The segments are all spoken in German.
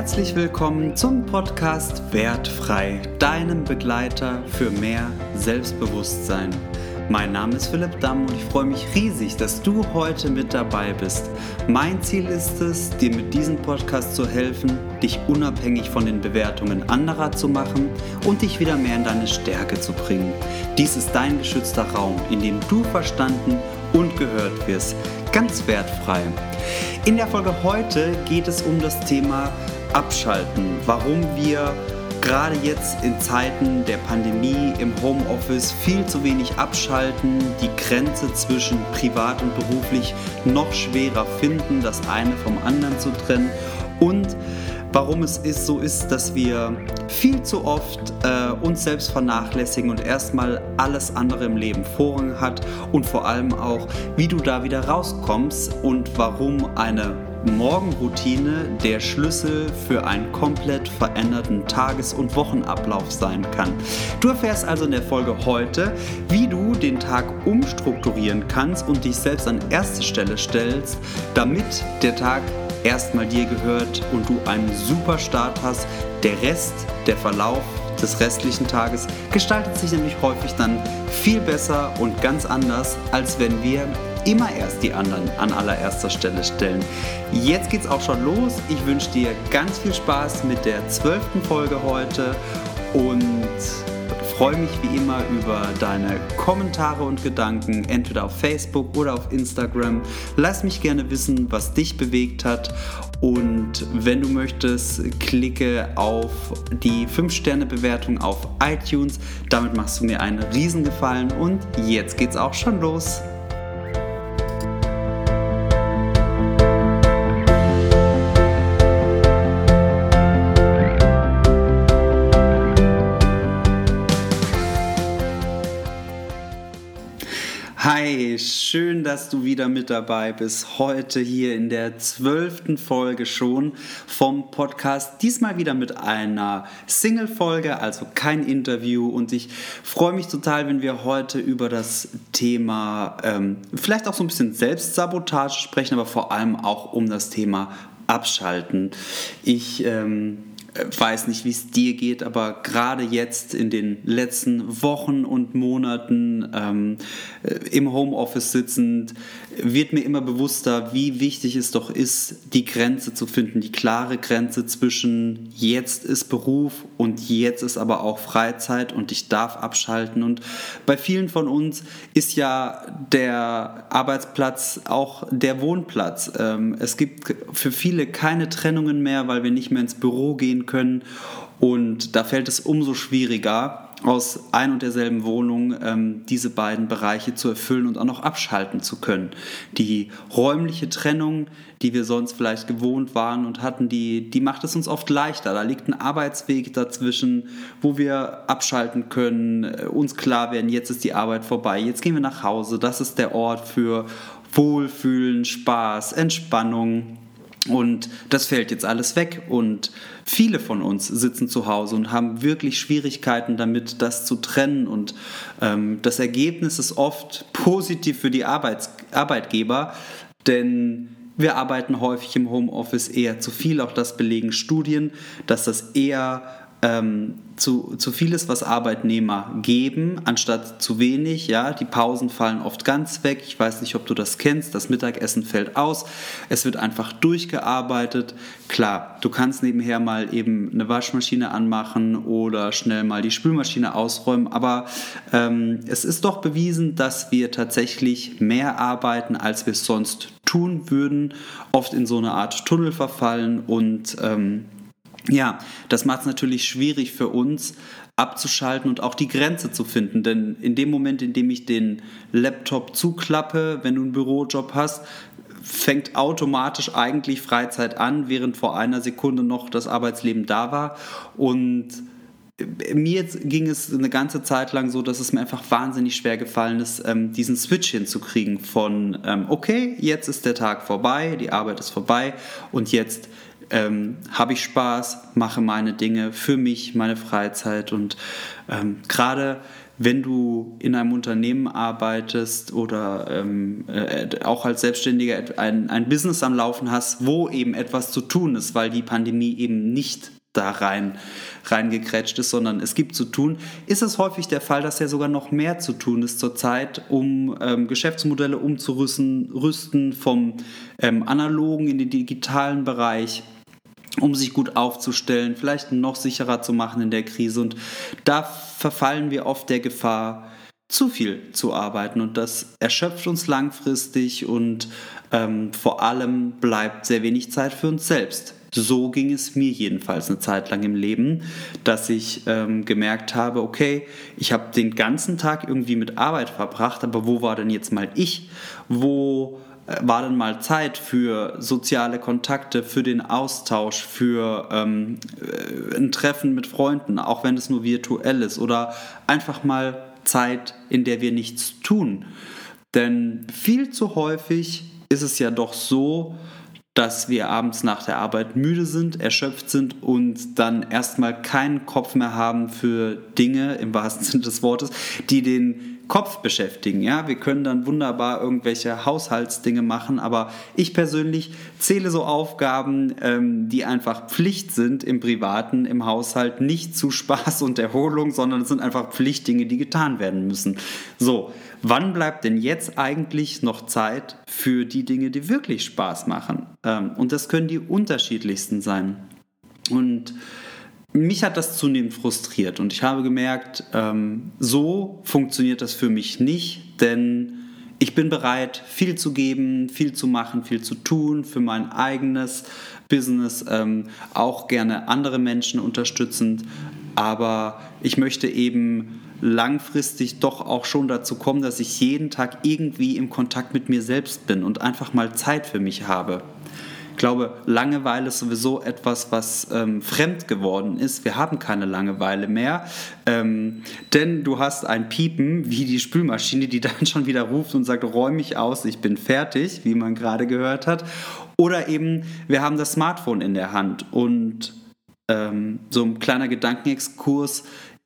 Herzlich willkommen zum Podcast Wertfrei, deinem Begleiter für mehr Selbstbewusstsein. Mein Name ist Philipp Damm und ich freue mich riesig, dass du heute mit dabei bist. Mein Ziel ist es, dir mit diesem Podcast zu helfen, dich unabhängig von den Bewertungen anderer zu machen und dich wieder mehr in deine Stärke zu bringen. Dies ist dein geschützter Raum, in dem du verstanden und gehört wirst, ganz wertfrei. In der Folge heute geht es um das Thema Abschalten, warum wir gerade jetzt in Zeiten der Pandemie im Homeoffice viel zu wenig abschalten, die Grenze zwischen privat und beruflich noch schwerer finden, das eine vom anderen zu trennen und warum es so ist, dass wir viel zu oft uns selbst vernachlässigen und erstmal alles andere im Leben Vorrang hat und vor allem auch, wie du da wieder rauskommst und warum eine Morgenroutine der Schlüssel für einen komplett veränderten Tages- und Wochenablauf sein kann. Du erfährst also in der Folge heute, wie du den Tag umstrukturieren kannst und dich selbst an erste Stelle stellst, damit der Tag erstmal dir gehört und du einen super Start hast. Der Verlauf des restlichen Tages gestaltet sich nämlich häufig dann viel besser und ganz anders, als wenn wir immer erst die anderen an allererster Stelle stellen. Jetzt geht's auch schon los. Ich wünsche dir ganz viel Spaß mit der 12. Folge heute und freue mich wie immer über deine Kommentare und Gedanken, entweder auf Facebook oder auf Instagram. Lass mich gerne wissen, was dich bewegt hat und wenn du möchtest, klicke auf die 5-Sterne-Bewertung auf iTunes. Damit machst du mir einen Riesengefallen und jetzt geht's auch schon los. Hi, schön, dass du wieder mit dabei bist. Heute hier in der 12. Folge schon vom Podcast. Diesmal wieder mit einer Single-Folge, also kein Interview. Und ich freue mich total, wenn wir heute über das Thema vielleicht auch so ein bisschen Selbstsabotage sprechen, aber vor allem auch um das Thema Abschalten. Ich weiß nicht, wie es dir geht, aber gerade jetzt in den letzten Wochen und Monaten im Homeoffice sitzend, wird mir immer bewusster, wie wichtig es doch ist, die Grenze zu finden, die klare Grenze zwischen jetzt ist Beruf und jetzt ist aber auch Freizeit und ich darf abschalten. Und bei vielen von uns ist ja der Arbeitsplatz auch der Wohnplatz. Es gibt für viele keine Trennungen mehr, weil wir nicht mehr ins Büro gehen können und da fällt es umso schwieriger, aus ein und derselben Wohnung diese beiden Bereiche zu erfüllen und auch noch abschalten zu können. Die räumliche Trennung, die wir sonst vielleicht gewohnt waren und hatten, die macht es uns oft leichter. Da liegt ein Arbeitsweg dazwischen, wo wir abschalten können, uns klar werden, jetzt ist die Arbeit vorbei, jetzt gehen wir nach Hause, das ist der Ort für Wohlfühlen, Spaß, Entspannung. Und das fällt jetzt alles weg und viele von uns sitzen zu Hause und haben wirklich Schwierigkeiten damit, das zu trennen und das Ergebnis ist oft positiv für die Arbeitgeber, denn wir arbeiten häufig im Homeoffice eher zu viel, auch das belegen Studien, dass das eher zu viel ist, was Arbeitnehmer geben, anstatt zu wenig. Ja, die Pausen fallen oft ganz weg. Ich weiß nicht, ob du das kennst. Das Mittagessen fällt aus. Es wird einfach durchgearbeitet. Klar, du kannst nebenher mal eben eine Waschmaschine anmachen oder schnell mal die Spülmaschine ausräumen. Aber es ist doch bewiesen, dass wir tatsächlich mehr arbeiten, als wir es sonst tun würden. Oft in so eine Art Tunnel verfallen und ja, das macht es natürlich schwierig für uns abzuschalten und auch die Grenze zu finden, denn in dem Moment, in dem ich den Laptop zuklappe, wenn du einen Bürojob hast, fängt automatisch eigentlich Freizeit an, während vor einer Sekunde noch das Arbeitsleben da war und mir ging es eine ganze Zeit lang so, dass es mir einfach wahnsinnig schwer gefallen ist, diesen Switch hinzukriegen von okay, jetzt ist der Tag vorbei, die Arbeit ist vorbei und jetzt habe ich Spaß, mache meine Dinge für mich, meine Freizeit und gerade wenn du in einem Unternehmen arbeitest oder auch als Selbstständiger ein Business am Laufen hast, wo eben etwas zu tun ist, weil die Pandemie eben nicht da reingekrätscht ist, sondern es gibt zu tun, ist es häufig der Fall, dass ja sogar noch mehr zu tun ist zurzeit, um Geschäftsmodelle umzurüsten vom analogen in den digitalen Bereich, um sich gut aufzustellen, vielleicht noch sicherer zu machen in der Krise. Und da verfallen wir oft der Gefahr, zu viel zu arbeiten. Und das erschöpft uns langfristig und vor allem bleibt sehr wenig Zeit für uns selbst. So ging es mir jedenfalls eine Zeit lang im Leben, dass ich gemerkt habe, okay, ich habe den ganzen Tag irgendwie mit Arbeit verbracht, aber wo war denn jetzt mal ich? Wo war denn mal Zeit für soziale Kontakte, für den Austausch, für ein Treffen mit Freunden, auch wenn es nur virtuell ist, oder einfach mal Zeit, in der wir nichts tun? Denn viel zu häufig ist es ja doch so, dass wir abends nach der Arbeit müde sind, erschöpft sind und dann erstmal keinen Kopf mehr haben für Dinge, im wahrsten Sinne des Wortes, die den Kopf beschäftigen. Ja? Wir können dann wunderbar irgendwelche Haushaltsdinge machen, aber ich persönlich zähle so Aufgaben, die einfach Pflicht sind im Privaten, im Haushalt, nicht zu Spaß und Erholung, sondern es sind einfach Pflichtdinge, die getan werden müssen. So, wann bleibt denn jetzt eigentlich noch Zeit für die Dinge, die wirklich Spaß machen? Und das können die unterschiedlichsten sein. Und mich hat das zunehmend frustriert und ich habe gemerkt, so funktioniert das für mich nicht, denn ich bin bereit, viel zu geben, viel zu machen, viel zu tun für mein eigenes Business, auch gerne andere Menschen unterstützend, aber ich möchte eben langfristig doch auch schon dazu kommen, dass ich jeden Tag irgendwie im Kontakt mit mir selbst bin und einfach mal Zeit für mich habe. Ich glaube, Langeweile ist sowieso etwas, was fremd geworden ist. Wir haben keine Langeweile mehr, denn du hast ein Piepen wie die Spülmaschine, die dann schon wieder ruft und sagt, räum mich aus, ich bin fertig, wie man gerade gehört hat. Oder eben, wir haben das Smartphone in der Hand und so ein kleiner Gedankenexkurs.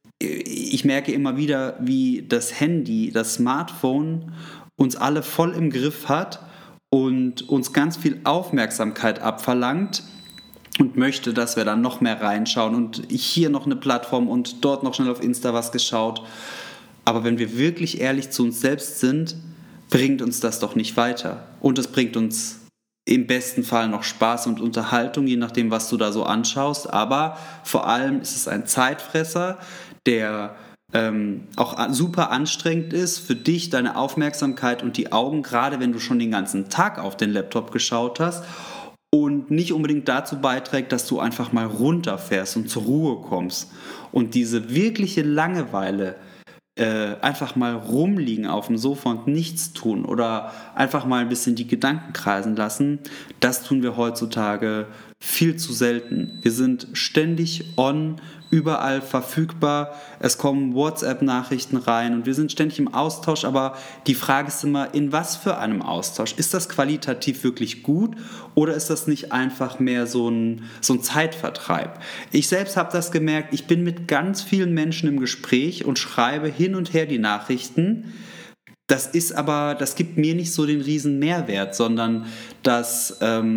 Ich merke immer wieder, wie das Handy, das Smartphone uns alle voll im Griff hat und uns ganz viel Aufmerksamkeit abverlangt und möchte, dass wir dann noch mehr reinschauen und hier noch eine Plattform und dort noch schnell auf Insta was geschaut. Aber wenn wir wirklich ehrlich zu uns selbst sind, bringt uns das doch nicht weiter. Und es bringt uns im besten Fall noch Spaß und Unterhaltung, je nachdem, was du da so anschaust. Aber vor allem ist es ein Zeitfresser, der auch super anstrengend ist für dich, deine Aufmerksamkeit und die Augen, gerade wenn du schon den ganzen Tag auf den Laptop geschaut hast und nicht unbedingt dazu beiträgt, dass du einfach mal runterfährst und zur Ruhe kommst. Und diese wirkliche Langeweile, einfach mal rumliegen auf dem Sofa und nichts tun oder einfach mal ein bisschen die Gedanken kreisen lassen, das tun wir heutzutage viel zu selten. Wir sind ständig on, überall verfügbar, es kommen WhatsApp-Nachrichten rein und wir sind ständig im Austausch, aber die Frage ist immer, in was für einem Austausch? Ist das qualitativ wirklich gut oder ist das nicht einfach mehr so ein Zeitvertreib? Ich selbst habe das gemerkt, ich bin mit ganz vielen Menschen im Gespräch und schreibe hin und her die Nachrichten. Das gibt mir nicht so den riesen Mehrwert, sondern das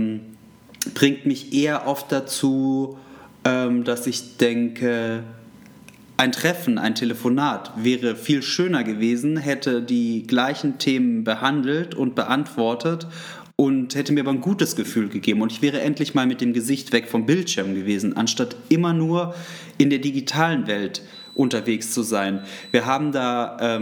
bringt mich eher oft dazu, dass ich denke, ein Treffen, ein Telefonat wäre viel schöner gewesen, hätte die gleichen Themen behandelt und beantwortet und hätte mir aber ein gutes Gefühl gegeben. Und ich wäre endlich mal mit dem Gesicht weg vom Bildschirm gewesen, anstatt immer nur in der digitalen Welt unterwegs zu sein. Wir haben da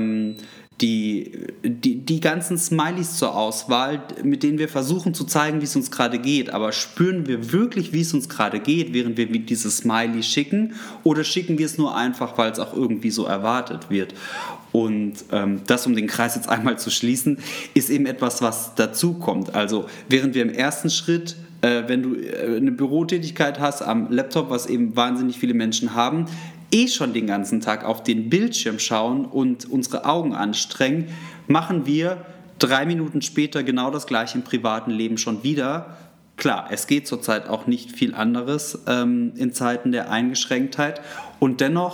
die ganzen Smileys zur Auswahl, mit denen wir versuchen zu zeigen, wie es uns gerade geht. Aber spüren wir wirklich, wie es uns gerade geht, während wir dieses Smiley schicken? Oder schicken wir es nur einfach, weil es auch irgendwie so erwartet wird? Und das, um den Kreis jetzt einmal zu schließen, ist eben etwas, was dazu kommt. Also während wir im ersten Schritt, wenn du eine Bürotätigkeit hast am Laptop, was eben wahnsinnig viele Menschen haben, schon den ganzen Tag auf den Bildschirm schauen und unsere Augen anstrengen, machen wir 3 Minuten später genau das gleiche im privaten Leben schon wieder. Klar, es geht zurzeit auch nicht viel anderes in Zeiten der Eingeschränktheit und dennoch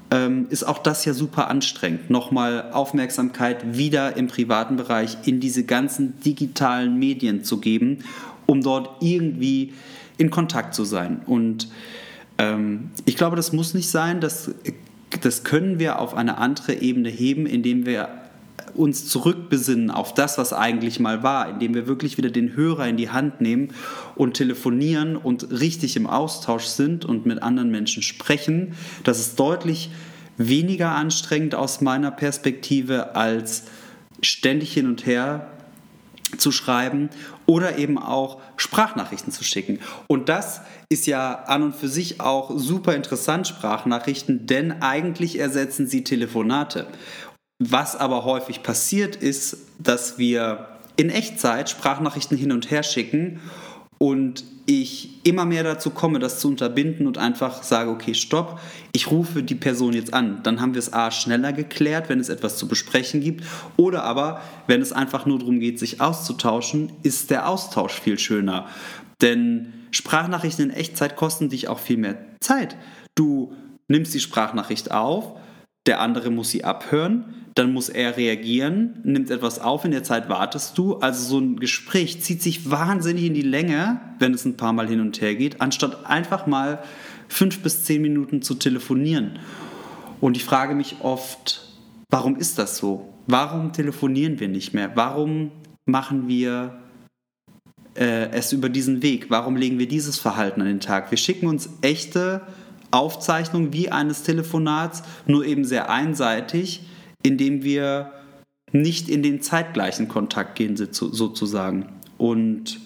ist auch das ja super anstrengend. Nochmal Aufmerksamkeit wieder im privaten Bereich in diese ganzen digitalen Medien zu geben, um dort irgendwie in Kontakt zu sein. Und ich glaube, das muss nicht sein, das können wir auf eine andere Ebene heben, indem wir uns zurückbesinnen auf das, was eigentlich mal war, indem wir wirklich wieder den Hörer in die Hand nehmen und telefonieren und richtig im Austausch sind und mit anderen Menschen sprechen. Das ist deutlich weniger anstrengend aus meiner Perspektive, als ständig hin und her zu schreiben oder eben auch Sprachnachrichten zu schicken. Und das ist ja an und für sich auch super interessant, Sprachnachrichten, denn eigentlich ersetzen sie Telefonate. Was aber häufig passiert ist, dass wir in Echtzeit Sprachnachrichten hin und her schicken und ich immer mehr dazu komme, das zu unterbinden und einfach sage, okay, stopp, ich rufe die Person jetzt an. Dann haben wir es A, schneller geklärt, wenn es etwas zu besprechen gibt, oder aber, wenn es einfach nur darum geht, sich auszutauschen, ist der Austausch viel schöner. Denn Sprachnachrichten in Echtzeit kosten dich auch viel mehr Zeit. Du nimmst die Sprachnachricht auf, der andere muss sie abhören, dann muss er reagieren, nimmt etwas auf, in der Zeit wartest du. Also so ein Gespräch zieht sich wahnsinnig in die Länge, wenn es ein paar Mal hin und her geht, anstatt einfach mal 5 bis 10 Minuten zu telefonieren. Und ich frage mich oft, warum ist das so? Warum telefonieren wir nicht mehr? Warum machen wir es über diesen Weg? Warum legen wir dieses Verhalten an den Tag? Wir schicken uns echte Aufzeichnung wie eines Telefonats, nur eben sehr einseitig, indem wir nicht in den zeitgleichen Kontakt gehen, sozusagen. Und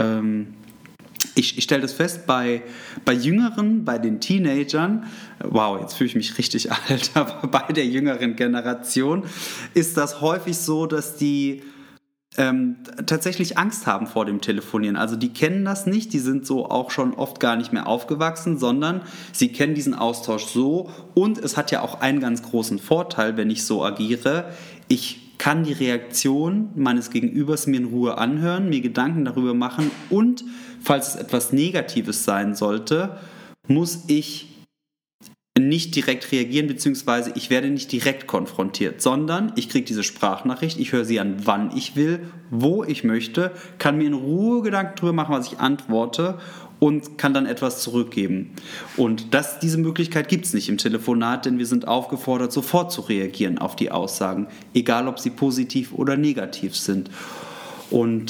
ich stelle das fest bei Jüngeren, bei den Teenagern, wow, jetzt fühle ich mich richtig alt, aber bei der jüngeren Generation ist das häufig so, dass die tatsächlich Angst haben vor dem Telefonieren. Also die kennen das nicht, die sind so auch schon oft gar nicht mehr aufgewachsen, sondern sie kennen diesen Austausch so, und es hat ja auch einen ganz großen Vorteil, wenn ich so agiere. Ich kann die Reaktion meines Gegenübers mir in Ruhe anhören, mir Gedanken darüber machen, und falls es etwas Negatives sein sollte, muss ich nicht direkt reagieren, beziehungsweise ich werde nicht direkt konfrontiert, sondern ich kriege diese Sprachnachricht, ich höre sie an, wann ich will, wo ich möchte, kann mir in Ruhe Gedanken darüber machen, was ich antworte, und kann dann etwas zurückgeben. Und diese Möglichkeit gibt es nicht im Telefonat, denn wir sind aufgefordert, sofort zu reagieren auf die Aussagen, egal ob sie positiv oder negativ sind. Und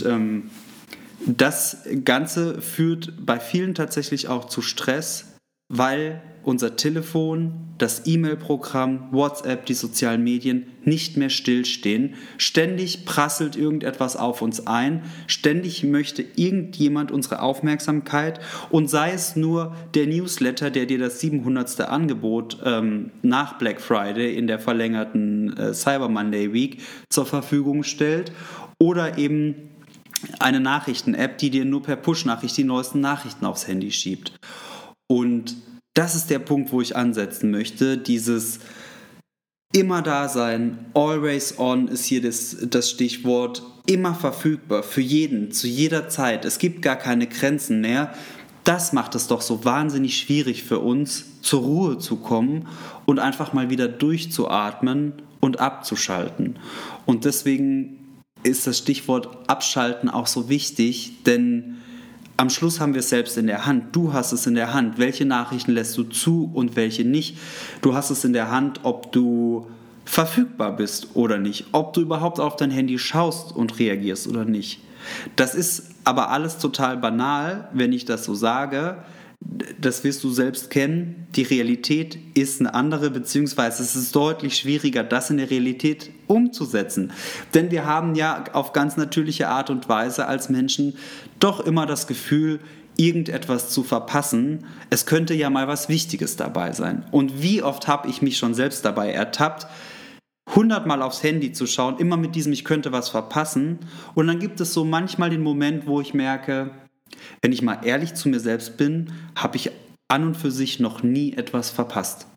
das Ganze führt bei vielen tatsächlich auch zu Stress, weil unser Telefon, das E-Mail-Programm, WhatsApp, die sozialen Medien nicht mehr stillstehen. Ständig prasselt irgendetwas auf uns ein. Ständig möchte irgendjemand unsere Aufmerksamkeit, und sei es nur der Newsletter, der dir das 700. Angebot nach Black Friday in der verlängerten Cyber Monday Week zur Verfügung stellt, oder eben eine Nachrichten-App, die dir nur per Push-Nachricht die neuesten Nachrichten aufs Handy schiebt. Und das ist der Punkt, wo ich ansetzen möchte. Dieses immer da sein, always on ist hier das Stichwort, immer verfügbar für jeden, zu jeder Zeit. Es gibt gar keine Grenzen mehr. Das macht es doch so wahnsinnig schwierig für uns, zur Ruhe zu kommen und einfach mal wieder durchzuatmen und abzuschalten. Und deswegen ist das Stichwort Abschalten auch so wichtig, denn am Schluss haben wir es selbst in der Hand. Du hast es in der Hand. Welche Nachrichten lässt du zu und welche nicht? Du hast es in der Hand, ob du verfügbar bist oder nicht. Ob du überhaupt auf dein Handy schaust und reagierst oder nicht. Das ist aber alles total banal, wenn ich das so sage. Das wirst du selbst kennen. Die Realität ist eine andere, beziehungsweise es ist deutlich schwieriger, das in der Realität umzusetzen. Denn wir haben ja auf ganz natürliche Art und Weise als Menschen doch immer das Gefühl, irgendetwas zu verpassen. Es könnte ja mal was Wichtiges dabei sein. Und wie oft habe ich mich schon selbst dabei ertappt, 100-mal aufs Handy zu schauen, immer mit diesem, ich könnte was verpassen. Und dann gibt es so manchmal den Moment, wo ich merke, wenn ich mal ehrlich zu mir selbst bin, habe ich an und für sich noch nie etwas verpasst.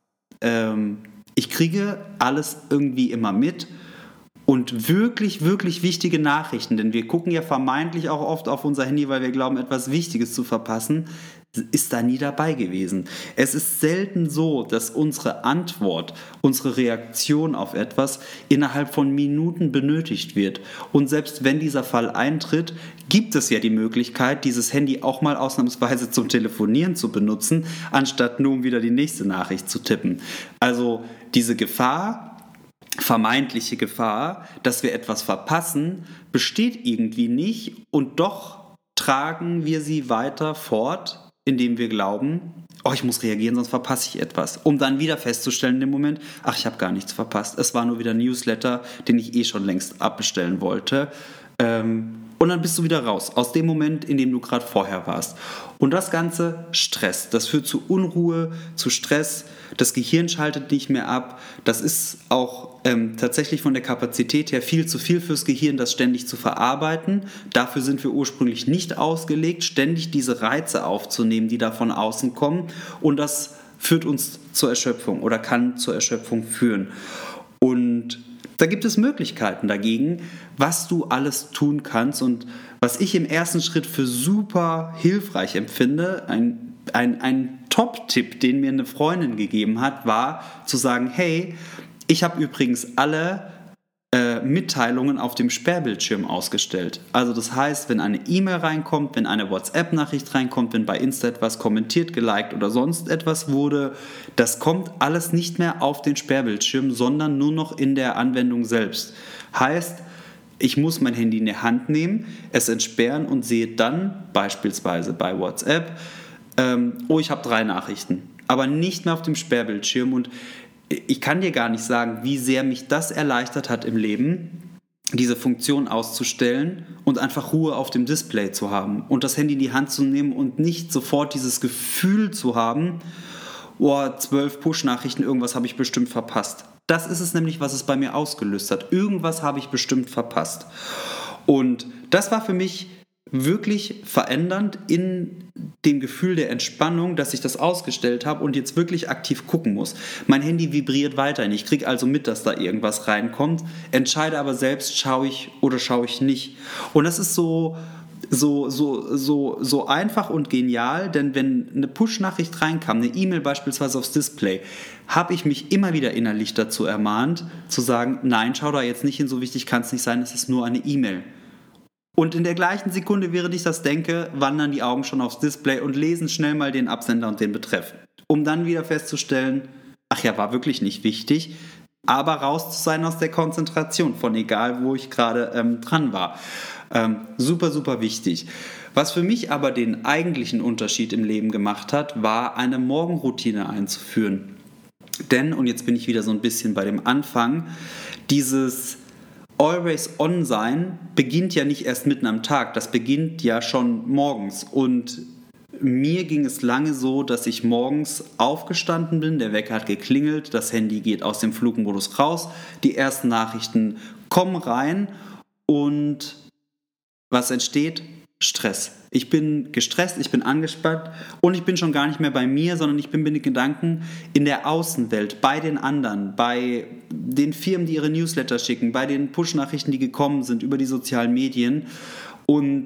Ich kriege alles irgendwie immer mit, und wirklich, wirklich wichtige Nachrichten, denn wir gucken ja vermeintlich auch oft auf unser Handy, weil wir glauben, etwas Wichtiges zu verpassen, ist da nie dabei gewesen. Es ist selten so, dass unsere Antwort, unsere Reaktion auf etwas innerhalb von Minuten benötigt wird. Und selbst wenn dieser Fall eintritt, gibt es ja die Möglichkeit, dieses Handy auch mal ausnahmsweise zum Telefonieren zu benutzen, anstatt nur um wieder die nächste Nachricht zu tippen. Also diese vermeintliche Gefahr, dass wir etwas verpassen, besteht irgendwie nicht und doch tragen wir sie weiter fort, indem wir glauben, oh, ich muss reagieren, sonst verpasse ich etwas. Um dann wieder festzustellen in dem Moment, ach, ich habe gar nichts verpasst. Es war nur wieder ein Newsletter, den ich schon längst abbestellen wollte. Und dann bist du wieder raus, aus dem Moment, in dem du gerade vorher warst. Und das Ganze stresst. Das führt zu Unruhe, zu Stress. Das Gehirn schaltet nicht mehr ab. Das ist auch tatsächlich von der Kapazität her viel zu viel fürs Gehirn, das ständig zu verarbeiten. Dafür sind wir ursprünglich nicht ausgelegt, ständig diese Reize aufzunehmen, die da von außen kommen. Und das führt uns zur Erschöpfung oder kann zur Erschöpfung führen. Und da gibt es Möglichkeiten dagegen, was du alles tun kannst. Und was ich im ersten Schritt für super hilfreich empfinde, ein Top-Tipp, den mir eine Freundin gegeben hat, war zu sagen, hey, ich habe übrigens alle Mitteilungen auf dem Sperrbildschirm ausgestellt. Also das heißt, wenn eine E-Mail reinkommt, wenn eine WhatsApp-Nachricht reinkommt, wenn bei Insta etwas kommentiert, geliked oder sonst etwas wurde, das kommt alles nicht mehr auf den Sperrbildschirm, sondern nur noch in der Anwendung selbst. Heißt, ich muss mein Handy in die Hand nehmen, es entsperren und sehe dann beispielsweise bei WhatsApp, ich habe 3 Nachrichten, aber nicht mehr auf dem Sperrbildschirm. Und ich kann dir gar nicht sagen, wie sehr mich das erleichtert hat im Leben, diese Funktion auszustellen und einfach Ruhe auf dem Display zu haben und das Handy in die Hand zu nehmen und nicht sofort dieses Gefühl zu haben, 12 Push-Nachrichten, irgendwas habe ich bestimmt verpasst. Das ist es nämlich, was es bei mir ausgelöst hat. Irgendwas habe ich bestimmt verpasst. Und das war für mich wirklich verändernd in dem Gefühl der Entspannung, dass ich das ausgestellt habe und jetzt wirklich aktiv gucken muss. Mein Handy vibriert weiterhin. Ich kriege also mit, dass da irgendwas reinkommt, entscheide aber selbst, schaue ich oder schaue ich nicht. Und das ist so einfach und genial, denn wenn eine Push-Nachricht reinkam, eine E-Mail beispielsweise aufs Display, habe ich mich immer wieder innerlich dazu ermahnt, zu sagen, nein, schau da jetzt nicht hin, so wichtig kann es nicht sein, es ist nur eine E-Mail. Und in der gleichen Sekunde, während ich das denke, wandern die Augen schon aufs Display und lesen schnell mal den Absender und den Betreff. Um dann wieder festzustellen, ach ja, war wirklich nicht wichtig, aber raus zu sein aus der Konzentration, von egal, wo ich gerade dran war. Super, super wichtig. Was für mich aber den eigentlichen Unterschied im Leben gemacht hat, war eine Morgenroutine einzuführen. Denn, und jetzt bin ich wieder so ein bisschen bei dem Anfang, dieses Always on sein beginnt ja nicht erst mitten am Tag, das beginnt ja schon morgens. Und mir ging es lange so, dass ich morgens aufgestanden bin, der Wecker hat geklingelt, das Handy geht aus dem Flugmodus raus, die ersten Nachrichten kommen rein und was entsteht? Stress. Ich bin gestresst, ich bin angespannt und ich bin schon gar nicht mehr bei mir, sondern ich bin mit den Gedanken in der Außenwelt, bei den anderen, bei den Firmen, die ihre Newsletter schicken, bei den Push-Nachrichten, die gekommen sind über die sozialen Medien. Und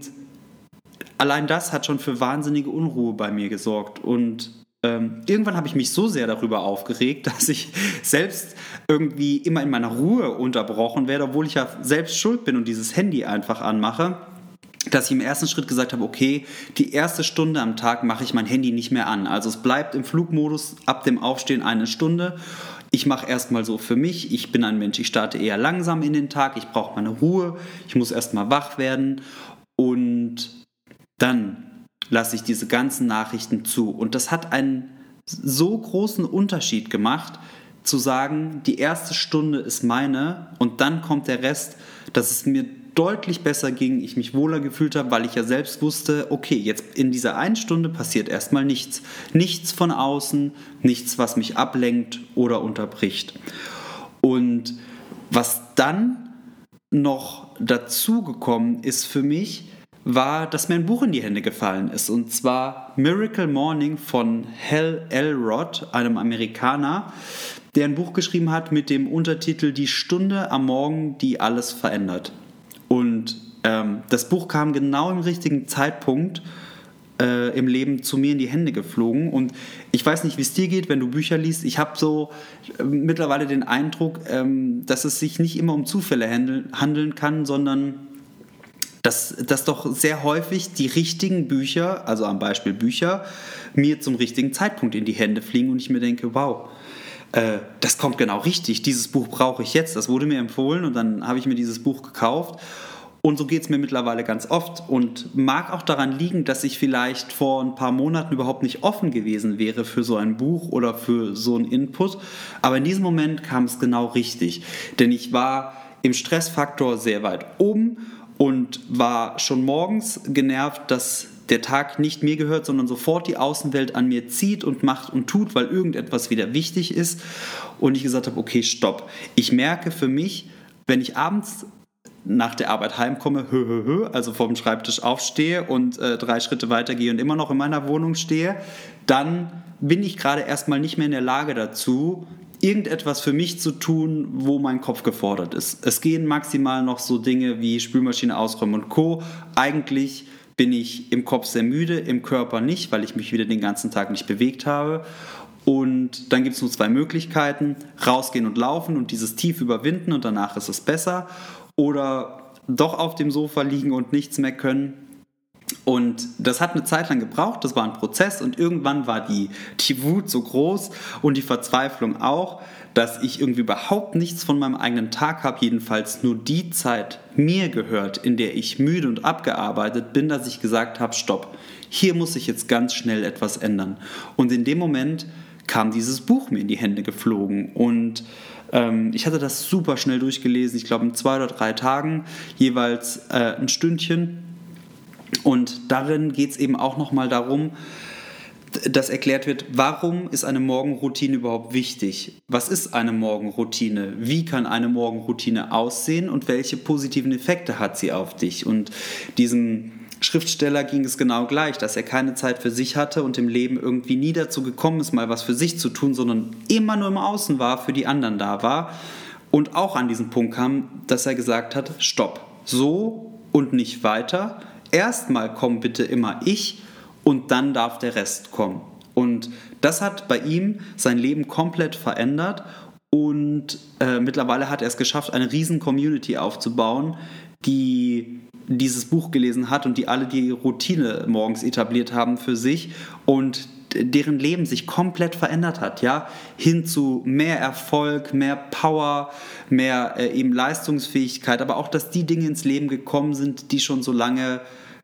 allein das hat schon für wahnsinnige Unruhe bei mir gesorgt. Und irgendwann habe ich mich so sehr darüber aufgeregt, dass ich selbst irgendwie immer in meiner Ruhe unterbrochen werde, obwohl ich ja selbst schuld bin und dieses Handy einfach anmache, dass ich im ersten Schritt gesagt habe, okay, die erste Stunde am Tag mache ich mein Handy nicht mehr an. Also es bleibt im Flugmodus ab dem Aufstehen 1 Stunde. Ich mache erstmal so für mich, ich bin ein Mensch, ich starte eher langsam in den Tag, ich brauche meine Ruhe, ich muss erstmal wach werden und dann lasse ich diese ganzen Nachrichten zu. Und das hat einen so großen Unterschied gemacht, zu sagen, die erste Stunde ist meine und dann kommt der Rest, dass es mir deutlich besser ging, ich mich wohler gefühlt habe, weil ich ja selbst wusste, okay, jetzt in dieser 1 Stunde passiert erstmal nichts. Nichts von außen, nichts, was mich ablenkt oder unterbricht. Und was dann noch dazugekommen ist für mich, war, dass mir ein Buch in die Hände gefallen ist. Und zwar Miracle Morning von Hal Elrod, einem Amerikaner, der ein Buch geschrieben hat mit dem Untertitel Die Stunde am Morgen, die alles verändert. Und das Buch kam genau im richtigen Zeitpunkt, im Leben zu mir in die Hände geflogen. Und ich weiß nicht, wie es dir geht, wenn du Bücher liest. Ich habe so mittlerweile den Eindruck, dass es sich nicht immer um Zufälle handeln kann, sondern dass doch sehr häufig die richtigen Bücher, also am Beispiel Bücher, mir zum richtigen Zeitpunkt in die Hände fliegen und ich mir denke, wow, das kommt genau richtig, dieses Buch brauche ich jetzt. Das wurde mir empfohlen und dann habe ich mir dieses Buch gekauft. Und so geht es mir mittlerweile ganz oft und mag auch daran liegen, dass ich vielleicht vor ein paar Monaten überhaupt nicht offen gewesen wäre für so ein Buch oder für so einen Input. Aber in diesem Moment kam es genau richtig, denn ich war im Stressfaktor sehr weit oben und war schon morgens genervt, dass der Tag nicht mir gehört, sondern sofort die Außenwelt an mir zieht und macht und tut, weil irgendetwas wieder wichtig ist. Und ich gesagt habe, okay, stopp. Ich merke für mich, wenn ich abends nach der Arbeit heimkomme, also vom Schreibtisch aufstehe und 3 Schritte weitergehe und immer noch in meiner Wohnung stehe, dann bin ich gerade erstmal nicht mehr in der Lage dazu, irgendetwas für mich zu tun, wo mein Kopf gefordert ist. Es gehen maximal noch so Dinge wie Spülmaschine ausräumen und Co. Eigentlich bin ich im Kopf sehr müde, im Körper nicht, weil ich mich wieder den ganzen Tag nicht bewegt habe. Und dann gibt es nur 2 Möglichkeiten, rausgehen und laufen und dieses Tief überwinden und danach ist es besser. Oder doch auf dem Sofa liegen und nichts mehr können. Und das hat eine Zeit lang gebraucht, das war ein Prozess und irgendwann war die Wut so groß und die Verzweiflung auch, dass ich irgendwie überhaupt nichts von meinem eigenen Tag habe, jedenfalls nur die Zeit mir gehört, in der ich müde und abgearbeitet bin, dass ich gesagt habe, stopp, hier muss ich jetzt ganz schnell etwas ändern. Und in dem Moment kam dieses Buch mir in die Hände geflogen und ich hatte das super schnell durchgelesen, ich glaube in 2 oder 3 Tagen, jeweils ein Stündchen. Und darin geht es eben auch nochmal darum, dass erklärt wird, warum ist eine Morgenroutine überhaupt wichtig? Was ist eine Morgenroutine? Wie kann eine Morgenroutine aussehen und welche positiven Effekte hat sie auf dich? Und diesem Schriftsteller ging es genau gleich, dass er keine Zeit für sich hatte und im Leben irgendwie nie dazu gekommen ist, mal was für sich zu tun, sondern immer nur im Außen war, für die anderen da war. Und auch an diesen Punkt kam, dass er gesagt hat, stopp, so und nicht weiter. Erstmal komm bitte immer ich und dann darf der Rest kommen. Und das hat bei ihm sein Leben komplett verändert und mittlerweile hat er es geschafft, eine riesen Community aufzubauen, die dieses Buch gelesen hat und die alle die Routine morgens etabliert haben für sich und deren Leben sich komplett verändert hat, ja, hin zu mehr Erfolg, mehr Power, mehr eben Leistungsfähigkeit, aber auch, dass die Dinge ins Leben gekommen sind, die schon so lange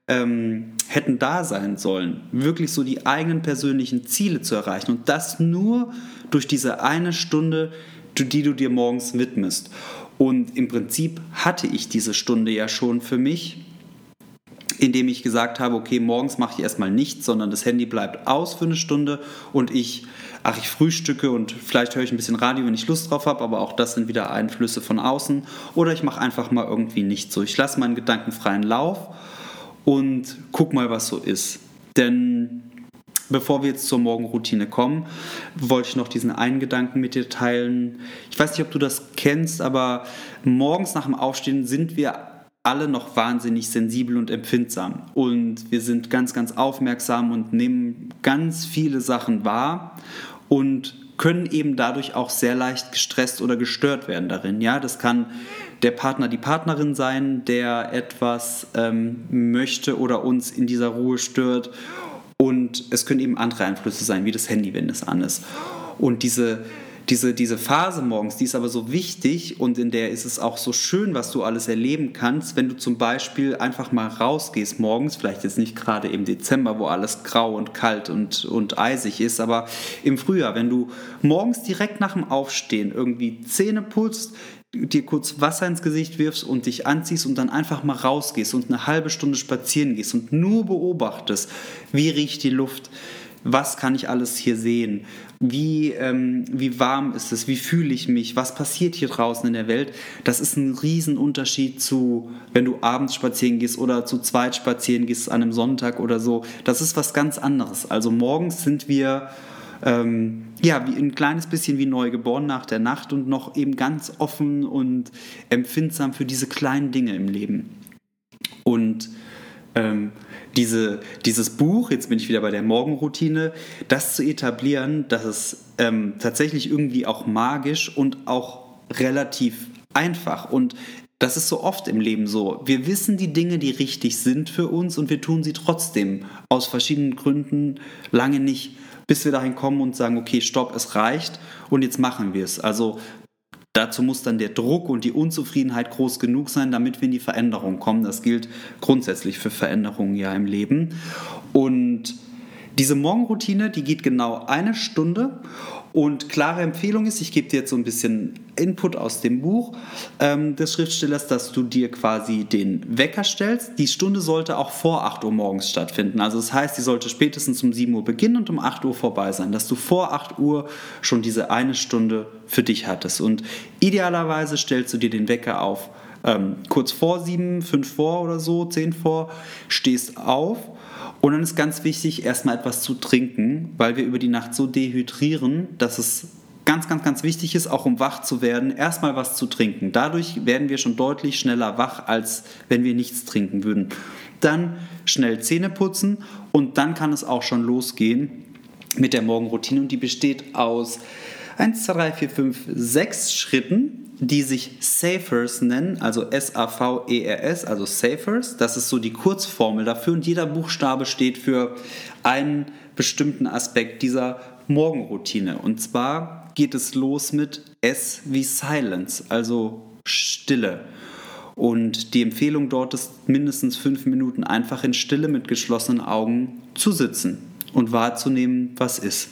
hätten da sein sollen, wirklich so die eigenen persönlichen Ziele zu erreichen und das nur durch diese eine Stunde, die du dir morgens widmest. Und im Prinzip hatte ich diese Stunde ja schon für mich, indem ich gesagt habe, okay, morgens mache ich erstmal nichts, sondern das Handy bleibt aus für eine Stunde und ich frühstücke und vielleicht höre ich ein bisschen Radio, wenn ich Lust drauf habe, aber auch das sind wieder Einflüsse von außen. Oder ich mache einfach mal irgendwie nichts so. Ich lasse meinen gedankenfreien Lauf und guck mal, was so ist. Denn bevor wir jetzt zur Morgenroutine kommen, wollte ich noch diesen einen Gedanken mit dir teilen. Ich weiß nicht, ob du das kennst, aber morgens nach dem Aufstehen sind wir alle noch wahnsinnig sensibel und empfindsam. Und wir sind ganz, ganz aufmerksam und nehmen ganz viele Sachen wahr und können eben dadurch auch sehr leicht gestresst oder gestört werden darin. Ja, das kann der Partner, die Partnerin sein, der etwas möchte oder uns in dieser Ruhe stört. Und es können eben andere Einflüsse sein, wie das Handy, wenn es an ist. Und diese Phase morgens, die ist aber so wichtig und in der ist es auch so schön, was du alles erleben kannst, wenn du zum Beispiel einfach mal rausgehst morgens, vielleicht jetzt nicht gerade im Dezember, wo alles grau und kalt und eisig ist, aber im Frühjahr, wenn du morgens direkt nach dem Aufstehen irgendwie Zähne putzt, dir kurz Wasser ins Gesicht wirfst und dich anziehst und dann einfach mal rausgehst und eine halbe Stunde spazieren gehst und nur beobachtest, wie riecht die Luft, was kann ich alles hier sehen, wie warm ist es, wie fühle ich mich, was passiert hier draußen in der Welt, das ist ein Riesenunterschied zu, wenn du abends spazieren gehst oder zu zweit spazieren gehst an einem Sonntag oder so, das ist was ganz anderes. Also morgens sind wir wie ein kleines bisschen wie neugeboren nach der Nacht und noch eben ganz offen und empfindsam für diese kleinen Dinge im Leben. Und dieses Buch, jetzt bin ich wieder bei der Morgenroutine, das zu etablieren, das ist tatsächlich irgendwie auch magisch und auch relativ einfach. Und das ist so oft im Leben so. Wir wissen die Dinge, die richtig sind für uns und wir tun sie trotzdem aus verschiedenen Gründen lange nicht, bis wir dahin kommen und sagen, okay, stopp, es reicht und jetzt machen wir es. Also dazu muss dann der Druck und die Unzufriedenheit groß genug sein, damit wir in die Veränderung kommen. Das gilt grundsätzlich für Veränderungen ja im Leben. Und diese Morgenroutine, die geht genau 1 Stunde. Und klare Empfehlung ist, ich gebe dir jetzt so ein bisschen Input aus dem Buch des Schriftstellers, dass du dir quasi den Wecker stellst. Die Stunde sollte auch vor 8 Uhr morgens stattfinden. Also das heißt, die sollte spätestens um 7 Uhr beginnen und um 8 Uhr vorbei sein. Dass du vor 8 Uhr schon diese 1 Stunde für dich hattest. Und idealerweise stellst du dir den Wecker auf kurz vor 7, 5 vor oder so, 10 vor, stehst auf. Und dann ist ganz wichtig, erstmal etwas zu trinken, weil wir über die Nacht so dehydrieren, dass es ganz, ganz, ganz wichtig ist, auch um wach zu werden, erstmal was zu trinken. Dadurch werden wir schon deutlich schneller wach, als wenn wir nichts trinken würden. Dann schnell Zähne putzen und dann kann es auch schon losgehen mit der Morgenroutine. Und die besteht aus 1, 2, 3, 4, 5, 6 Schritten, die sich Safers nennen, also S-A-V-E-R-S, also Safers. Das ist so die Kurzformel dafür und jeder Buchstabe steht für einen bestimmten Aspekt dieser Morgenroutine. Und zwar geht es los mit S wie Silence, also Stille. Und die Empfehlung dort ist, mindestens 5 Minuten einfach in Stille mit geschlossenen Augen zu sitzen und wahrzunehmen, was ist.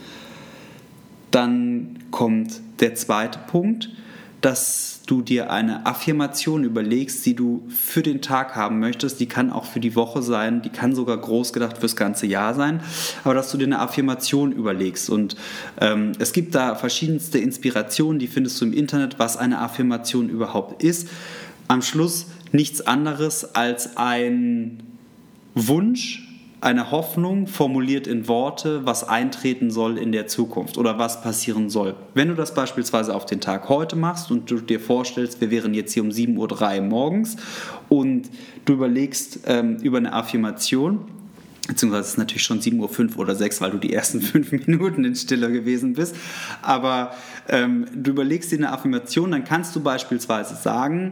Dann kommt der zweite Punkt, dass du dir eine Affirmation überlegst, die du für den Tag haben möchtest. Die kann auch für die Woche sein, die kann sogar groß gedacht fürs ganze Jahr sein, aber dass du dir eine Affirmation überlegst. Und es gibt da verschiedenste Inspirationen, die findest du im Internet, was eine Affirmation überhaupt ist. Am Schluss nichts anderes als ein Wunsch, eine Hoffnung formuliert in Worte, was eintreten soll in der Zukunft oder was passieren soll. Wenn du das beispielsweise auf den Tag heute machst und du dir vorstellst, wir wären jetzt hier um 7.03 Uhr morgens und du überlegst über eine Affirmation, beziehungsweise es ist natürlich schon 7.05 Uhr oder 6, weil du die ersten 5 Minuten in Stille gewesen bist, aber du überlegst dir eine Affirmation, dann kannst du beispielsweise sagen,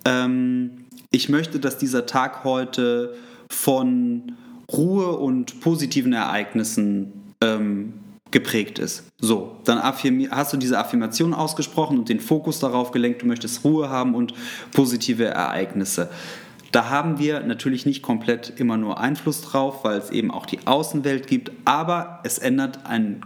ich möchte, dass dieser Tag heute von Ruhe und positiven Ereignissen geprägt ist. So, dann hast du diese Affirmation ausgesprochen und den Fokus darauf gelenkt, du möchtest Ruhe haben und positive Ereignisse. Da haben wir natürlich nicht komplett immer nur Einfluss drauf, weil es eben auch die Außenwelt gibt, aber es ändert ein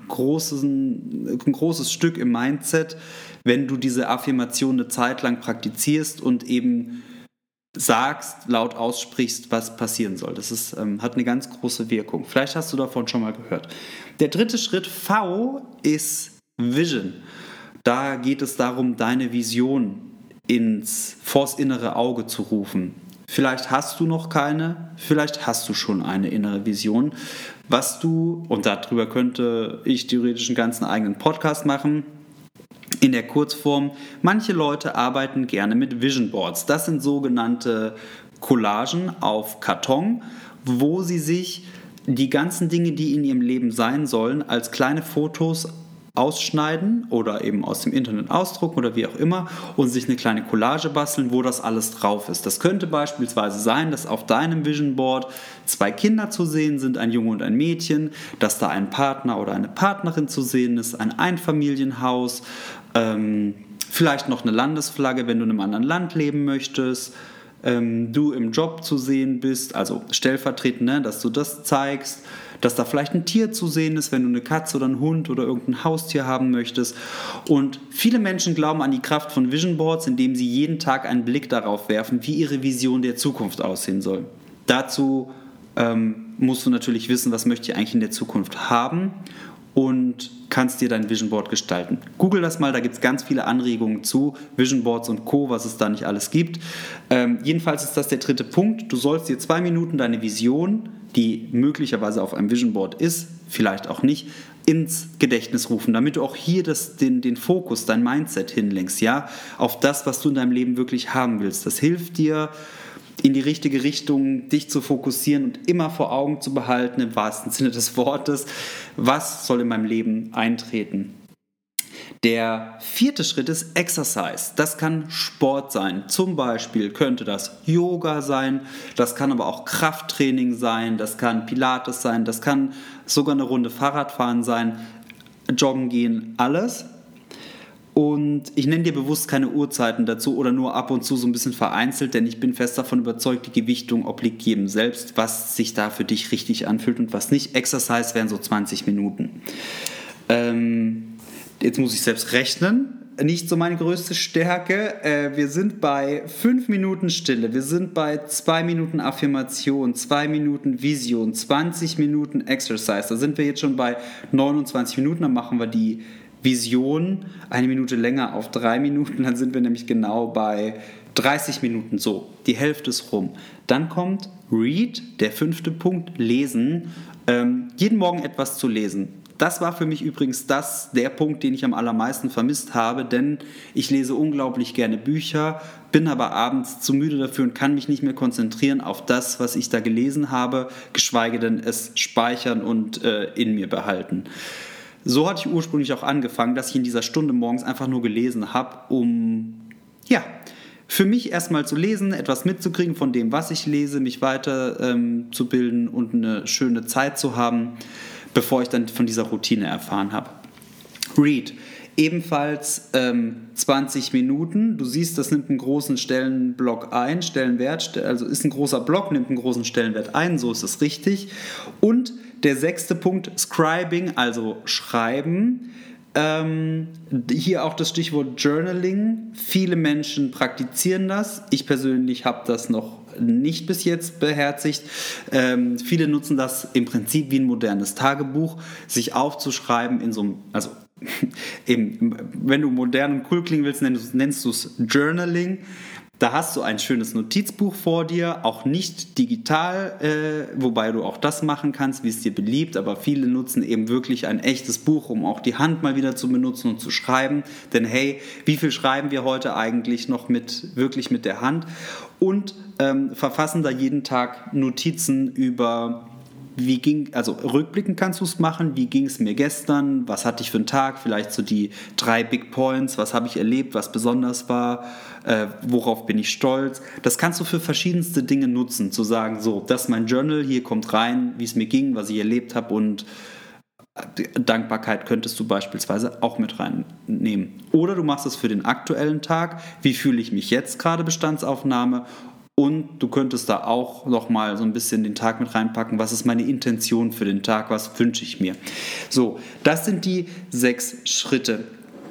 großes Stück im Mindset, wenn du diese Affirmation eine Zeit lang praktizierst und eben sagst, laut aussprichst, was passieren soll. Das ist, hat eine ganz große Wirkung. Vielleicht hast du davon schon mal gehört. Der dritte Schritt, V, ist Vision. Da geht es darum, deine Vision vors innere Auge zu rufen. Vielleicht hast du noch keine, vielleicht hast du schon eine innere Vision. Und darüber könnte ich theoretisch einen ganzen eigenen Podcast machen, in der Kurzform, manche Leute arbeiten gerne mit Vision Boards. Das sind sogenannte Collagen auf Karton, wo sie sich die ganzen Dinge, die in ihrem Leben sein sollen, als kleine Fotos ausschneiden oder eben aus dem Internet ausdrucken oder wie auch immer und sich eine kleine Collage basteln, wo das alles drauf ist. Das könnte beispielsweise sein, dass auf deinem Vision Board 2 Kinder zu sehen sind, ein Junge und ein Mädchen, dass da ein Partner oder eine Partnerin zu sehen ist, ein Einfamilienhaus, vielleicht noch eine Landesflagge, wenn du in einem anderen Land leben möchtest, du im Job zu sehen bist, also stellvertretend, ne, dass du das zeigst, dass da vielleicht ein Tier zu sehen ist, wenn du eine Katze oder einen Hund oder irgendein Haustier haben möchtest. Und viele Menschen glauben an die Kraft von Vision Boards, indem sie jeden Tag einen Blick darauf werfen, wie ihre Vision der Zukunft aussehen soll. Dazu musst du natürlich wissen, was möchte ich eigentlich in der Zukunft haben und kannst dir dein Vision Board gestalten. Google das mal, da gibt es ganz viele Anregungen zu Vision Boards und Co., was es da nicht alles gibt. Jedenfalls ist das der dritte Punkt. Du sollst dir 2 Minuten deine Vision, die möglicherweise auf einem Vision Board ist, vielleicht auch nicht, ins Gedächtnis rufen, damit du auch hier den Fokus, dein Mindset hinlenkst, ja, auf das, was du in deinem Leben wirklich haben willst. Das hilft dir, in die richtige Richtung dich zu fokussieren und immer vor Augen zu behalten, im wahrsten Sinne des Wortes, was soll in meinem Leben eintreten. Der 4. Schritt ist Exercise. Das kann Sport sein. Zum Beispiel könnte das Yoga sein, das kann aber auch Krafttraining sein, das kann Pilates sein, das kann sogar eine Runde Fahrradfahren sein, Joggen gehen, alles. Und ich nenne dir bewusst keine Uhrzeiten dazu oder nur ab und zu so ein bisschen vereinzelt, denn ich bin fest davon überzeugt, die Gewichtung obliegt jedem selbst, was sich da für dich richtig anfühlt und was nicht. Exercise wären so 20 Minuten. Jetzt muss ich selbst rechnen. Nicht so meine größte Stärke. Wir sind bei 5 Minuten Stille, wir sind bei 2 Minuten Affirmation, 2 Minuten Vision, 20 Minuten Exercise. Da sind wir jetzt schon bei 29 Minuten, dann machen wir die Vision 1 Minute länger auf 3 Minuten, dann sind wir nämlich genau bei 30 Minuten. So, die Hälfte ist rum. Dann kommt Read, der 5. Punkt, Lesen. Jeden Morgen etwas zu lesen. Das war für mich übrigens der Punkt, den ich am allermeisten vermisst habe, denn ich lese unglaublich gerne Bücher, bin aber abends zu müde dafür und kann mich nicht mehr konzentrieren auf das, was ich da gelesen habe, geschweige denn es speichern und in mir behalten. So hatte ich ursprünglich auch angefangen, dass ich in dieser Stunde morgens einfach nur gelesen habe, um für mich erstmal zu lesen, etwas mitzukriegen von dem, was ich lese, mich weiter zu bilden und eine schöne Zeit zu haben, bevor ich dann von dieser Routine erfahren habe. Read, ebenfalls 20 Minuten. Du siehst, das nimmt einen großen Stellenwert, also ist ein großer Block, nimmt einen großen Stellenwert ein, so ist es richtig. Und der 6. Punkt, Scribing, also Schreiben. Hier auch das Stichwort Journaling. Viele Menschen praktizieren das. Ich persönlich habe das noch nicht bis jetzt beherzigt. Viele nutzen das im Prinzip wie ein modernes Tagebuch, sich aufzuschreiben in so einem, also wenn du modern und cool klingen willst, nennst du es Journaling. Da hast du ein schönes Notizbuch vor dir, auch nicht digital, wobei du auch das machen kannst, wie es dir beliebt, aber viele nutzen eben wirklich ein echtes Buch, um auch die Hand mal wieder zu benutzen und zu schreiben, denn hey, wie viel schreiben wir heute eigentlich noch wirklich mit der Hand und verfassen da jeden Tag Notizen über rückblickend kannst du es machen, wie ging es mir gestern, was hatte ich für einen Tag, vielleicht so die 3 Big Points, was habe ich erlebt, was besonders war, worauf bin ich stolz. Das kannst du für verschiedenste Dinge nutzen, zu sagen, so, das ist mein Journal, hier kommt rein, wie es mir ging, was ich erlebt habe und Dankbarkeit könntest du beispielsweise auch mit reinnehmen. Oder du machst es für den aktuellen Tag, wie fühle ich mich jetzt gerade, Bestandsaufnahme. Und du könntest da auch nochmal so ein bisschen den Tag mit reinpacken. Was ist meine Intention für den Tag? Was wünsche ich mir? So, das sind die 6 Schritte.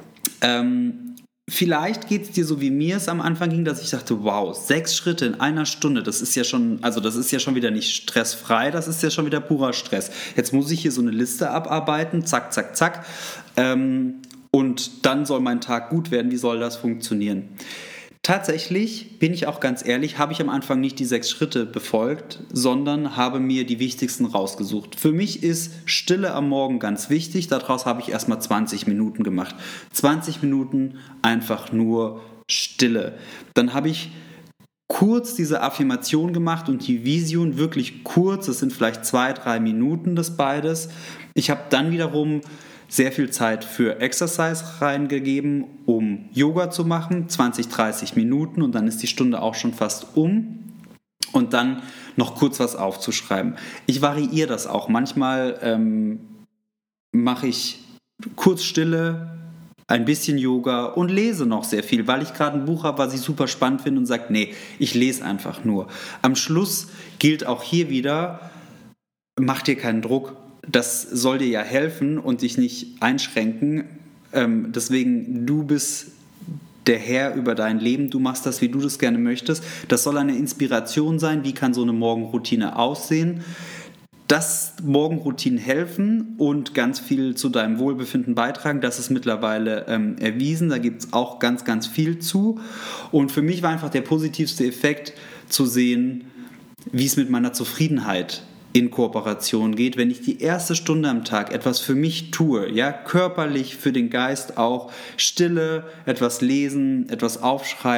Vielleicht geht es dir so, wie mir es am Anfang ging, dass ich dachte, wow, 6 Schritte in einer Stunde, das ist ja schon wieder nicht stressfrei, das ist ja schon wieder purer Stress. Jetzt muss ich hier so eine Liste abarbeiten, zack, zack, zack. Und dann soll mein Tag gut werden. Wie soll das funktionieren? Tatsächlich, bin ich auch ganz ehrlich, habe ich am Anfang nicht die 6 Schritte befolgt, sondern habe mir die wichtigsten rausgesucht. Für mich ist Stille am Morgen ganz wichtig, daraus habe ich erstmal 20 Minuten gemacht. 20 Minuten einfach nur Stille. Dann habe ich kurz diese Affirmation gemacht und die Vision wirklich kurz, das sind vielleicht 2-3 Minuten das beides. Ich habe dann wiederum sehr viel Zeit für Exercise reingegeben, um Yoga zu machen, 20-30 Minuten und dann ist die Stunde auch schon fast um und dann noch kurz was aufzuschreiben. Ich variiere das auch. Manchmal mache ich kurz Stille, ein bisschen Yoga und lese noch sehr viel, weil ich gerade ein Buch habe, was ich super spannend finde und sage, nee, ich lese einfach nur. Am Schluss gilt auch hier wieder, mach dir keinen Druck. Das soll dir ja helfen und dich nicht einschränken. Deswegen, du bist der Herr über dein Leben. Du machst das, wie du das gerne möchtest. Das soll eine Inspiration sein. Wie kann so eine Morgenroutine aussehen? Dass Morgenroutinen helfen und ganz viel zu deinem Wohlbefinden beitragen, das ist mittlerweile erwiesen. Da gibt es auch ganz, ganz viel zu. Und für mich war einfach der positivste Effekt zu sehen, wie es mit meiner Zufriedenheit in Kooperation geht, wenn ich die erste Stunde am Tag etwas für mich tue, ja, körperlich, für den Geist auch, Stille, etwas lesen, etwas aufschreiben,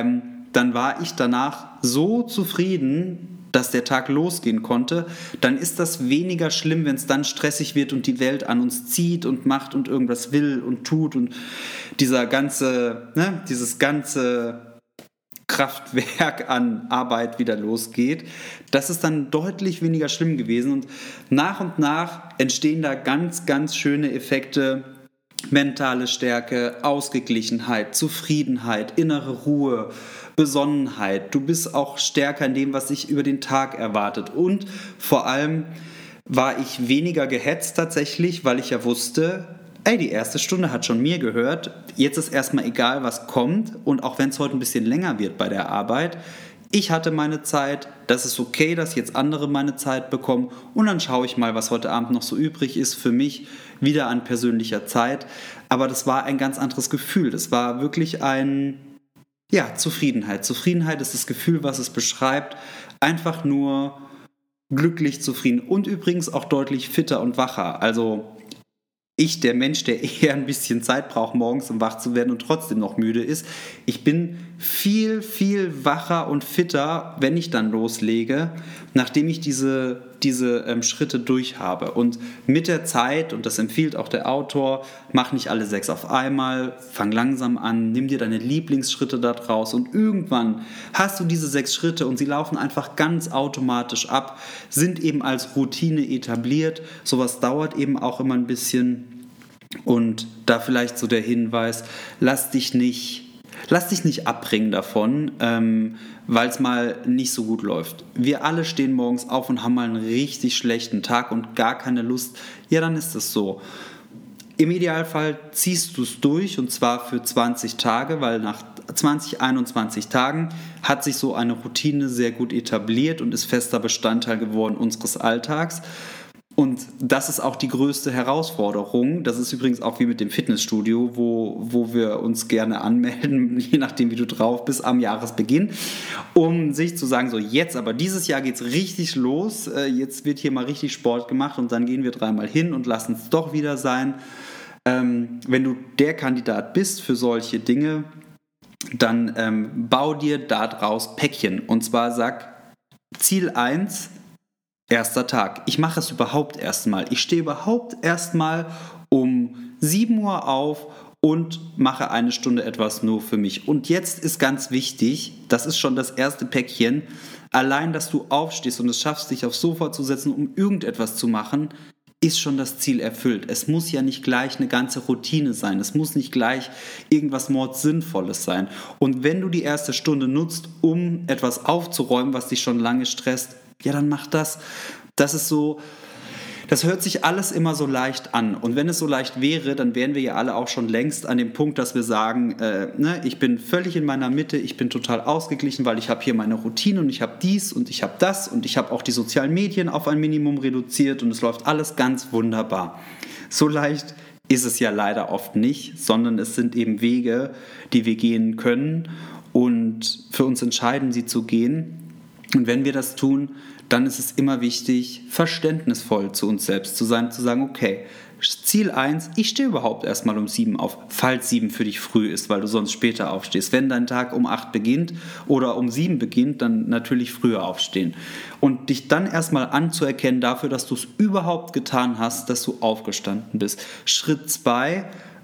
dann war ich danach so zufrieden, dass der Tag losgehen konnte. Dann ist das weniger schlimm, wenn es dann stressig wird und die Welt an uns zieht und macht und irgendwas will und tut und dieses ganze Kraftwerk an Arbeit wieder losgeht. Das ist dann deutlich weniger schlimm gewesen und nach entstehen da ganz, ganz schöne Effekte. Mentale Stärke, Ausgeglichenheit, Zufriedenheit, innere Ruhe, Besonnenheit. Du bist auch stärker in dem, was dich über den Tag erwartet. Und vor allem war ich weniger gehetzt tatsächlich, weil ich ja wusste, die erste Stunde hat schon mir gehört. Jetzt ist erstmal egal, was kommt. Und auch wenn es heute ein bisschen länger wird bei der Arbeit, ich hatte meine Zeit, das ist okay, dass jetzt andere meine Zeit bekommen und dann schaue ich mal, was heute Abend noch so übrig ist für mich, wieder an persönlicher Zeit. Aber das war ein ganz anderes Gefühl. Das war wirklich Zufriedenheit. Zufriedenheit ist das Gefühl, was es beschreibt. Einfach nur glücklich, zufrieden und übrigens auch deutlich fitter und wacher. Also ich, der Mensch, der eher ein bisschen Zeit braucht, morgens um wach zu werden und trotzdem noch müde ist, ich bin viel, viel wacher und fitter, wenn ich dann loslege, nachdem ich diese Schritte durch habe. Und mit der Zeit, und das empfiehlt auch der Autor, mach nicht alle 6 auf einmal, fang langsam an, nimm dir deine Lieblingsschritte da draus und irgendwann hast du diese 6 Schritte und sie laufen einfach ganz automatisch ab, sind eben als Routine etabliert. Sowas dauert eben auch immer ein bisschen. Und da vielleicht so der Hinweis, lass dich nicht abbringen davon, weil es mal nicht so gut läuft. Wir alle stehen morgens auf und haben mal einen richtig schlechten Tag und gar keine Lust. Ja, dann ist es so. Im Idealfall ziehst du es durch und zwar für 20 Tage, weil nach 21 Tagen hat sich so eine Routine sehr gut etabliert und ist fester Bestandteil geworden unseres Alltags. Und das ist auch die größte Herausforderung. Das ist übrigens auch wie mit dem Fitnessstudio, wo wir uns gerne anmelden, je nachdem wie du drauf bist, am Jahresbeginn, um sich zu sagen, so jetzt, aber dieses Jahr geht es richtig los, jetzt wird hier mal richtig Sport gemacht und dann gehen wir 3-mal hin und lassen es doch wieder sein. Wenn du der Kandidat bist für solche Dinge, dann bau dir daraus Päckchen. Und zwar sag Ziel 1, erster Tag. Ich mache es überhaupt erstmal. Ich stehe überhaupt erstmal um 7 Uhr auf und mache 1 Stunde etwas nur für mich. Und jetzt ist ganz wichtig, das ist schon das erste Päckchen, allein, dass du aufstehst und es schaffst, dich aufs Sofa zu setzen, um irgendetwas zu machen, ist schon das Ziel erfüllt. Es muss ja nicht gleich eine ganze Routine sein. Es muss nicht gleich irgendwas Mordsinnvolles sein. Und wenn du die erste Stunde nutzt, um etwas aufzuräumen, was dich schon lange stresst, ja, dann mach das. Das ist so, das hört sich alles immer so leicht an. Und wenn es so leicht wäre, dann wären wir ja alle auch schon längst an dem Punkt, dass wir sagen, ich bin völlig in meiner Mitte, ich bin total ausgeglichen, weil ich habe hier meine Routine und ich habe dies und ich habe das und ich habe auch die sozialen Medien auf ein Minimum reduziert und es läuft alles ganz wunderbar. So leicht ist es ja leider oft nicht, sondern es sind eben Wege, die wir gehen können und für uns entscheiden, sie zu gehen. Und wenn wir das tun, dann ist es immer wichtig, verständnisvoll zu uns selbst zu sein, zu sagen, okay, Ziel 1, ich stehe überhaupt erstmal um 7 auf, falls 7 für dich früh ist, weil du sonst später aufstehst. Wenn dein Tag um 8 beginnt oder um 7 beginnt, dann natürlich früher aufstehen. Und dich dann erstmal anzuerkennen dafür, dass du es überhaupt getan hast, dass du aufgestanden bist. Schritt 2,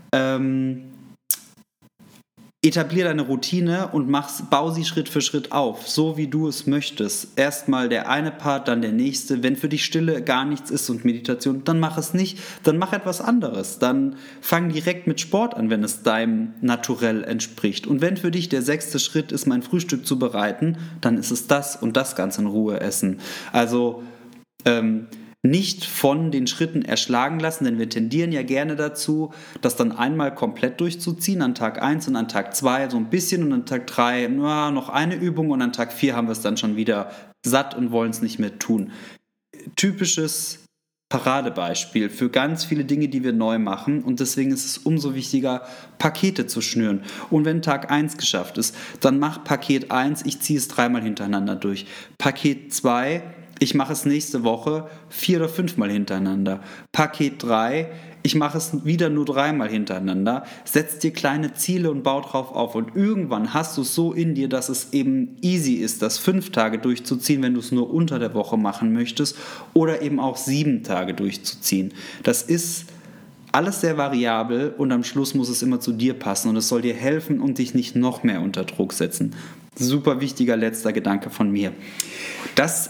etablier deine Routine und bau sie Schritt für Schritt auf, so wie du es möchtest. Erstmal der eine Part, dann der nächste. Wenn für dich Stille gar nichts ist und Meditation, dann mach es nicht. Dann mach etwas anderes. Dann fang direkt mit Sport an, wenn es deinem Naturell entspricht. Und wenn für dich der 6. Schritt ist, mein Frühstück zu bereiten, dann ist es das und das ganz in Ruhe essen. Also nicht von den Schritten erschlagen lassen, denn wir tendieren ja gerne dazu, das dann einmal komplett durchzuziehen, an Tag 1 und an Tag 2 so ein bisschen und an Tag 3 noch eine Übung und an Tag 4 haben wir es dann schon wieder satt und wollen es nicht mehr tun. Typisches Paradebeispiel für ganz viele Dinge, die wir neu machen und deswegen ist es umso wichtiger, Pakete zu schnüren. Und wenn Tag 1 geschafft ist, dann mach Paket 1, ich ziehe es 3-mal hintereinander durch. Paket 2, ich mache es nächste Woche 4 oder 5 Mal hintereinander. Paket 3, ich mache es wieder nur 3 Mal hintereinander. Setz dir kleine Ziele und bau drauf auf. Und irgendwann hast du es so in dir, dass es eben easy ist, das 5 Tage durchzuziehen, wenn du es nur unter der Woche machen möchtest. Oder eben auch 7 Tage durchzuziehen. Das ist alles sehr variabel und am Schluss muss es immer zu dir passen. Und es soll dir helfen und dich nicht noch mehr unter Druck setzen. Super wichtiger letzter Gedanke von mir. Das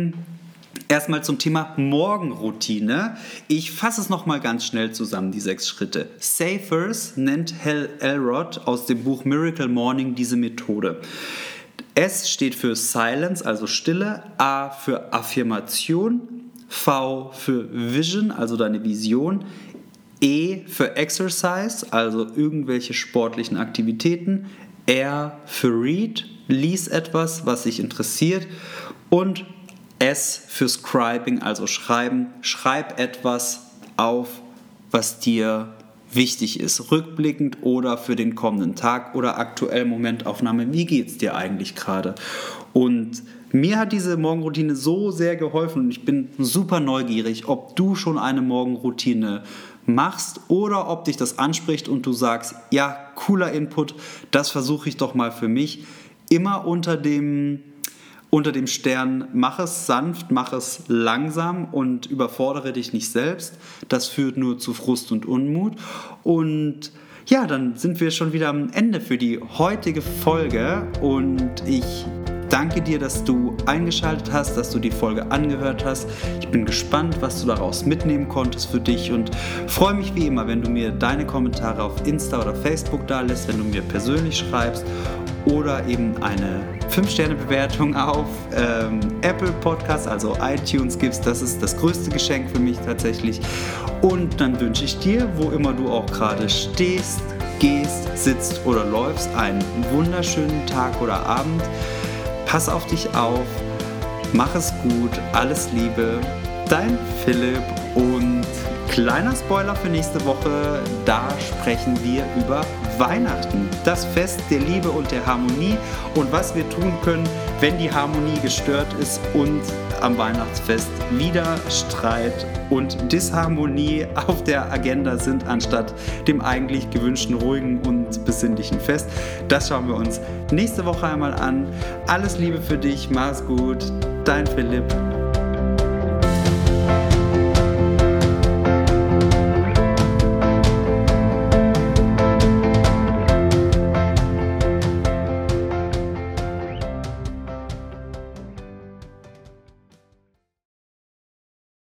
erstmal zum Thema Morgenroutine. Ich fasse es nochmal ganz schnell zusammen, die 6 Schritte. Savers nennt Hal Elrod aus dem Buch Miracle Morning diese Methode. S steht für Silence, also Stille. A für Affirmation. V für Vision, also deine Vision. E für Exercise, also irgendwelche sportlichen Aktivitäten. R für Read, lies etwas, was dich interessiert. Und S für Scribing, also Schreiben. Schreib etwas auf, was dir wichtig ist, rückblickend oder für den kommenden Tag oder aktuell Momentaufnahme. Wie geht es dir eigentlich gerade? Und mir hat diese Morgenroutine so sehr geholfen und ich bin super neugierig, ob du schon eine Morgenroutine machst oder ob dich das anspricht und du sagst, ja, cooler Input, das versuche ich doch mal für mich. Immer unter dem Stern, mach es sanft, mach es langsam und überfordere dich nicht selbst. Das führt nur zu Frust und Unmut. Und ja, dann sind wir schon wieder am Ende für die heutige Folge und ich danke dir, dass du eingeschaltet hast, dass du die Folge angehört hast. Ich bin gespannt, was du daraus mitnehmen konntest für dich und freue mich wie immer, wenn du mir deine Kommentare auf Insta oder Facebook da lässt, wenn du mir persönlich schreibst oder eben eine 5-Sterne-Bewertung auf Apple Podcasts, also iTunes gibst. Das ist das größte Geschenk für mich tatsächlich. Und dann wünsche ich dir, wo immer du auch gerade stehst, gehst, sitzt oder läufst, einen wunderschönen Tag oder Abend. Pass auf dich auf, mach es gut, alles Liebe, dein Philipp und kleiner Spoiler für nächste Woche, da sprechen wir über Weihnachten, das Fest der Liebe und der Harmonie und was wir tun können, wenn die Harmonie gestört ist und am Weihnachtsfest wieder Streit und Disharmonie auf der Agenda sind, anstatt dem eigentlich gewünschten ruhigen und besinnlichen Fest. Das schauen wir uns nächste Woche einmal an. Alles Liebe für dich, mach's gut, dein Philipp.